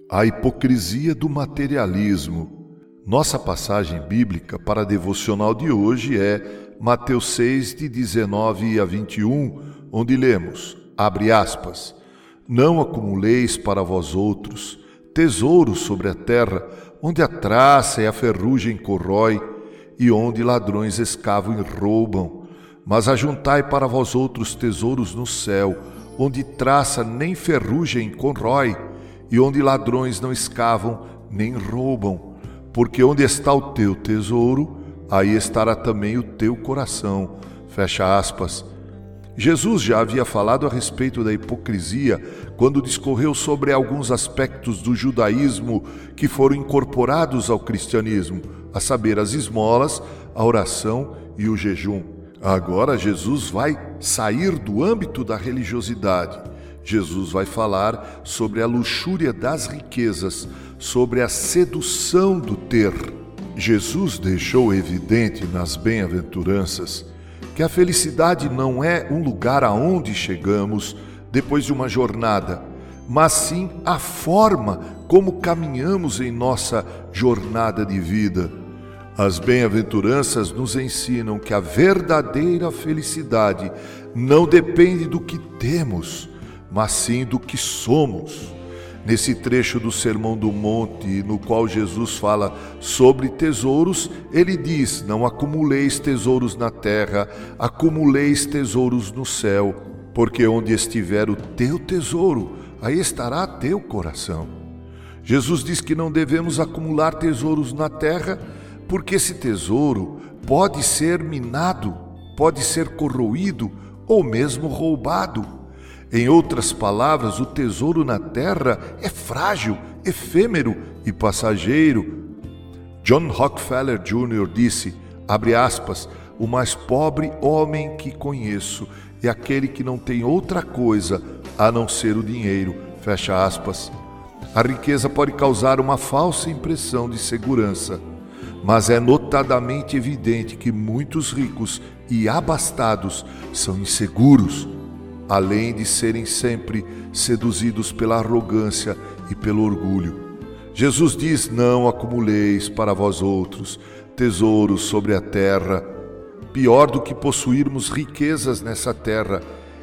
A hipocrisia do materialismo. Nossa passagem bíblica para a devocional de hoje é Mateus 6, de 19 a 21, onde lemos, abre aspas, não acumuleis para vós outros tesouros sobre a terra, onde a traça e a ferrugem corrói, e onde ladrões escavam e roubam, mas ajuntai para vós outros tesouros no céu, onde traça nem ferrugem corrói, e onde ladrões não escavam nem roubam, porque onde está o teu tesouro, aí estará também o teu coração. Fecha aspas. Jesus já havia falado a respeito da hipocrisia quando discorreu sobre alguns aspectos do judaísmo que foram incorporados ao cristianismo, a saber, as esmolas, a oração e o jejum. Agora Jesus vai sair do âmbito da religiosidade. Jesus vai falar sobre a luxúria das riquezas, sobre a sedução do ter. Jesus deixou evidente nas bem-aventuranças que a felicidade não é um lugar aonde chegamos depois de uma jornada, mas sim a forma como caminhamos em nossa jornada de vida. As bem-aventuranças nos ensinam que a verdadeira felicidade não depende do que temos, mas sim do que somos. Nesse trecho do Sermão do Monte, no qual Jesus fala sobre tesouros, ele diz, não acumuleis tesouros na terra, acumuleis tesouros no céu, porque onde estiver o teu tesouro, aí estará teu coração. Jesus diz que não devemos acumular tesouros na terra, porque esse tesouro pode ser minado, pode ser corroído ou mesmo roubado. Em outras palavras, o tesouro na terra é frágil, efêmero e passageiro. John Rockefeller Jr. disse, abre aspas, o mais pobre homem que conheço é aquele que não tem outra coisa a não ser o dinheiro, fecha aspas. A riqueza pode causar uma falsa impressão de segurança, mas é notadamente evidente que muitos ricos e abastados são inseguros, além de serem sempre seduzidos pela arrogância e pelo orgulho. Jesus diz, não acumuleis para vós outros tesouros sobre a terra. Pior do que possuirmos riquezas nessa terra,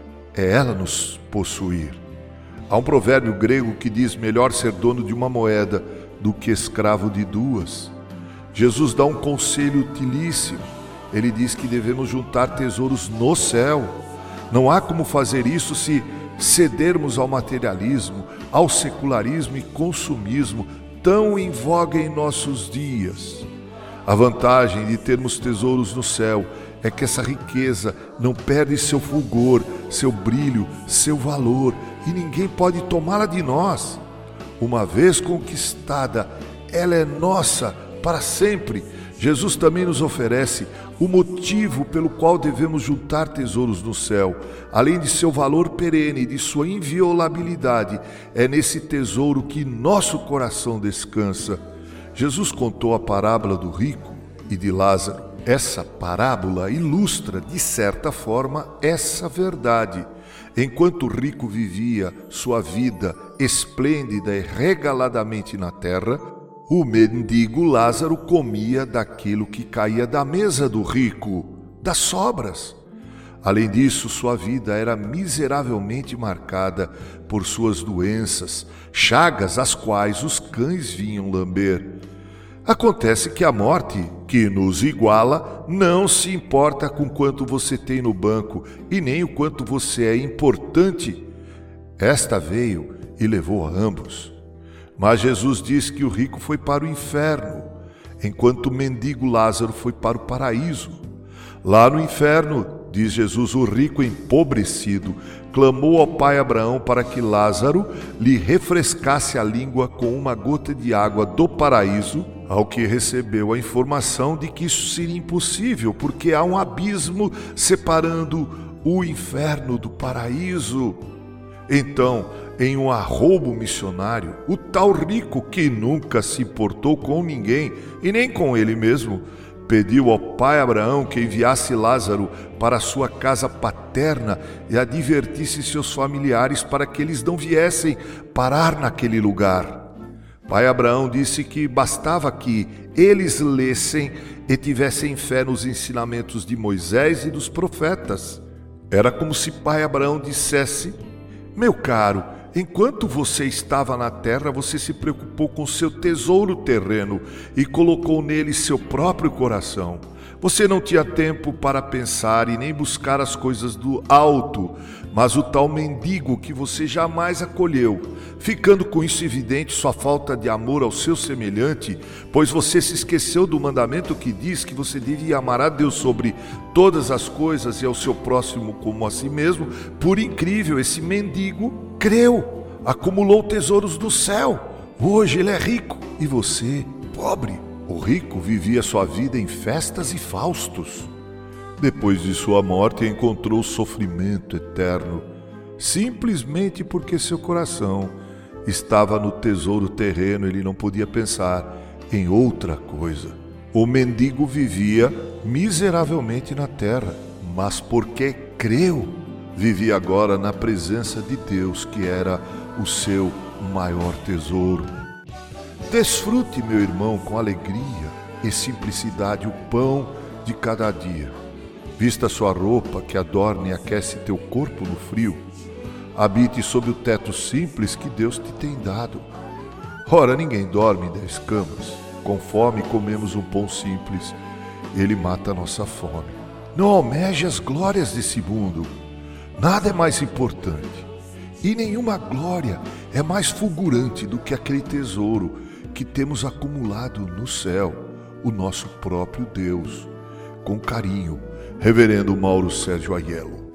é ela nos possuir. Há um provérbio grego que diz, melhor ser dono de uma moeda do que escravo de duas. Jesus dá um conselho utilíssimo. Ele diz que devemos juntar tesouros no céu. Não há como fazer isso se cedermos ao materialismo, ao secularismo e consumismo tão em voga em nossos dias. A vantagem de termos tesouros no céu é que essa riqueza não perde seu fulgor, seu brilho, seu valor, e ninguém pode tomá-la de nós. Uma vez conquistada, ela é nossa para sempre. Jesus também nos oferece o motivo pelo qual devemos juntar tesouros no céu. Além de seu valor perene e de sua inviolabilidade, é nesse tesouro que nosso coração descansa. Jesus contou a parábola do rico e de Lázaro. Essa parábola ilustra, de certa forma, essa verdade. Enquanto o rico vivia sua vida esplêndida e regaladamente na terra, o mendigo Lázaro comia daquilo que caía da mesa do rico, das sobras. Além disso, sua vida era miseravelmente marcada por suas doenças, chagas as quais os cães vinham lamber. Acontece que a morte, que nos iguala, não se importa com quanto você tem no banco e nem o quanto você é importante. Esta veio e levou a ambos. Mas Jesus diz que o rico foi para o inferno, enquanto o mendigo Lázaro foi para o paraíso. Lá no inferno, diz Jesus, o rico empobrecido clamou ao pai Abraão para que Lázaro lhe refrescasse a língua com uma gota de água do paraíso, ao que recebeu a informação de que isso seria impossível, porque há um abismo separando o inferno do paraíso. Então, em um arroubo missionário, o tal rico, que nunca se importou com ninguém e nem com ele mesmo, pediu ao pai Abraão que enviasse Lázaro para sua casa paterna e advertisse seus familiares para que eles não viessem parar naquele lugar. Pai Abraão disse que bastava que eles lessem e tivessem fé nos ensinamentos de Moisés e dos profetas. Era como se Pai Abraão dissesse: meu caro, enquanto você estava na terra, você se preocupou com seu tesouro terreno e colocou nele seu próprio coração. Você não tinha tempo para pensar e nem buscar as coisas do alto, mas o tal mendigo que você jamais acolheu, ficando com isso evidente sua falta de amor ao seu semelhante, pois você se esqueceu do mandamento que diz que você devia amar a Deus sobre todas as coisas e ao seu próximo como a si mesmo. Por incrível, esse mendigo creu, acumulou tesouros do céu. Hoje ele é rico e você, pobre. O rico vivia sua vida em festas e faustos. Depois de sua morte, encontrou sofrimento eterno, simplesmente porque seu coração estava no tesouro terreno. Ele não podia pensar em outra coisa. O mendigo vivia miseravelmente na terra, mas porque creu, vivia agora na presença de Deus, que era o seu maior tesouro. Desfrute, meu irmão, com alegria e simplicidade o pão de cada dia. Vista sua roupa que adorna e aquece teu corpo no frio. Habite sob o teto simples que Deus te tem dado. Ora, ninguém dorme em 10 camas. Com fome comemos um pão simples. Ele mata a nossa fome. Não almeje as glórias desse mundo. Nada é mais importante. E nenhuma glória é mais fulgurante do que aquele tesouro que temos acumulado no céu, o nosso próprio Deus. Com carinho, Reverendo Mauro Sérgio Aiello.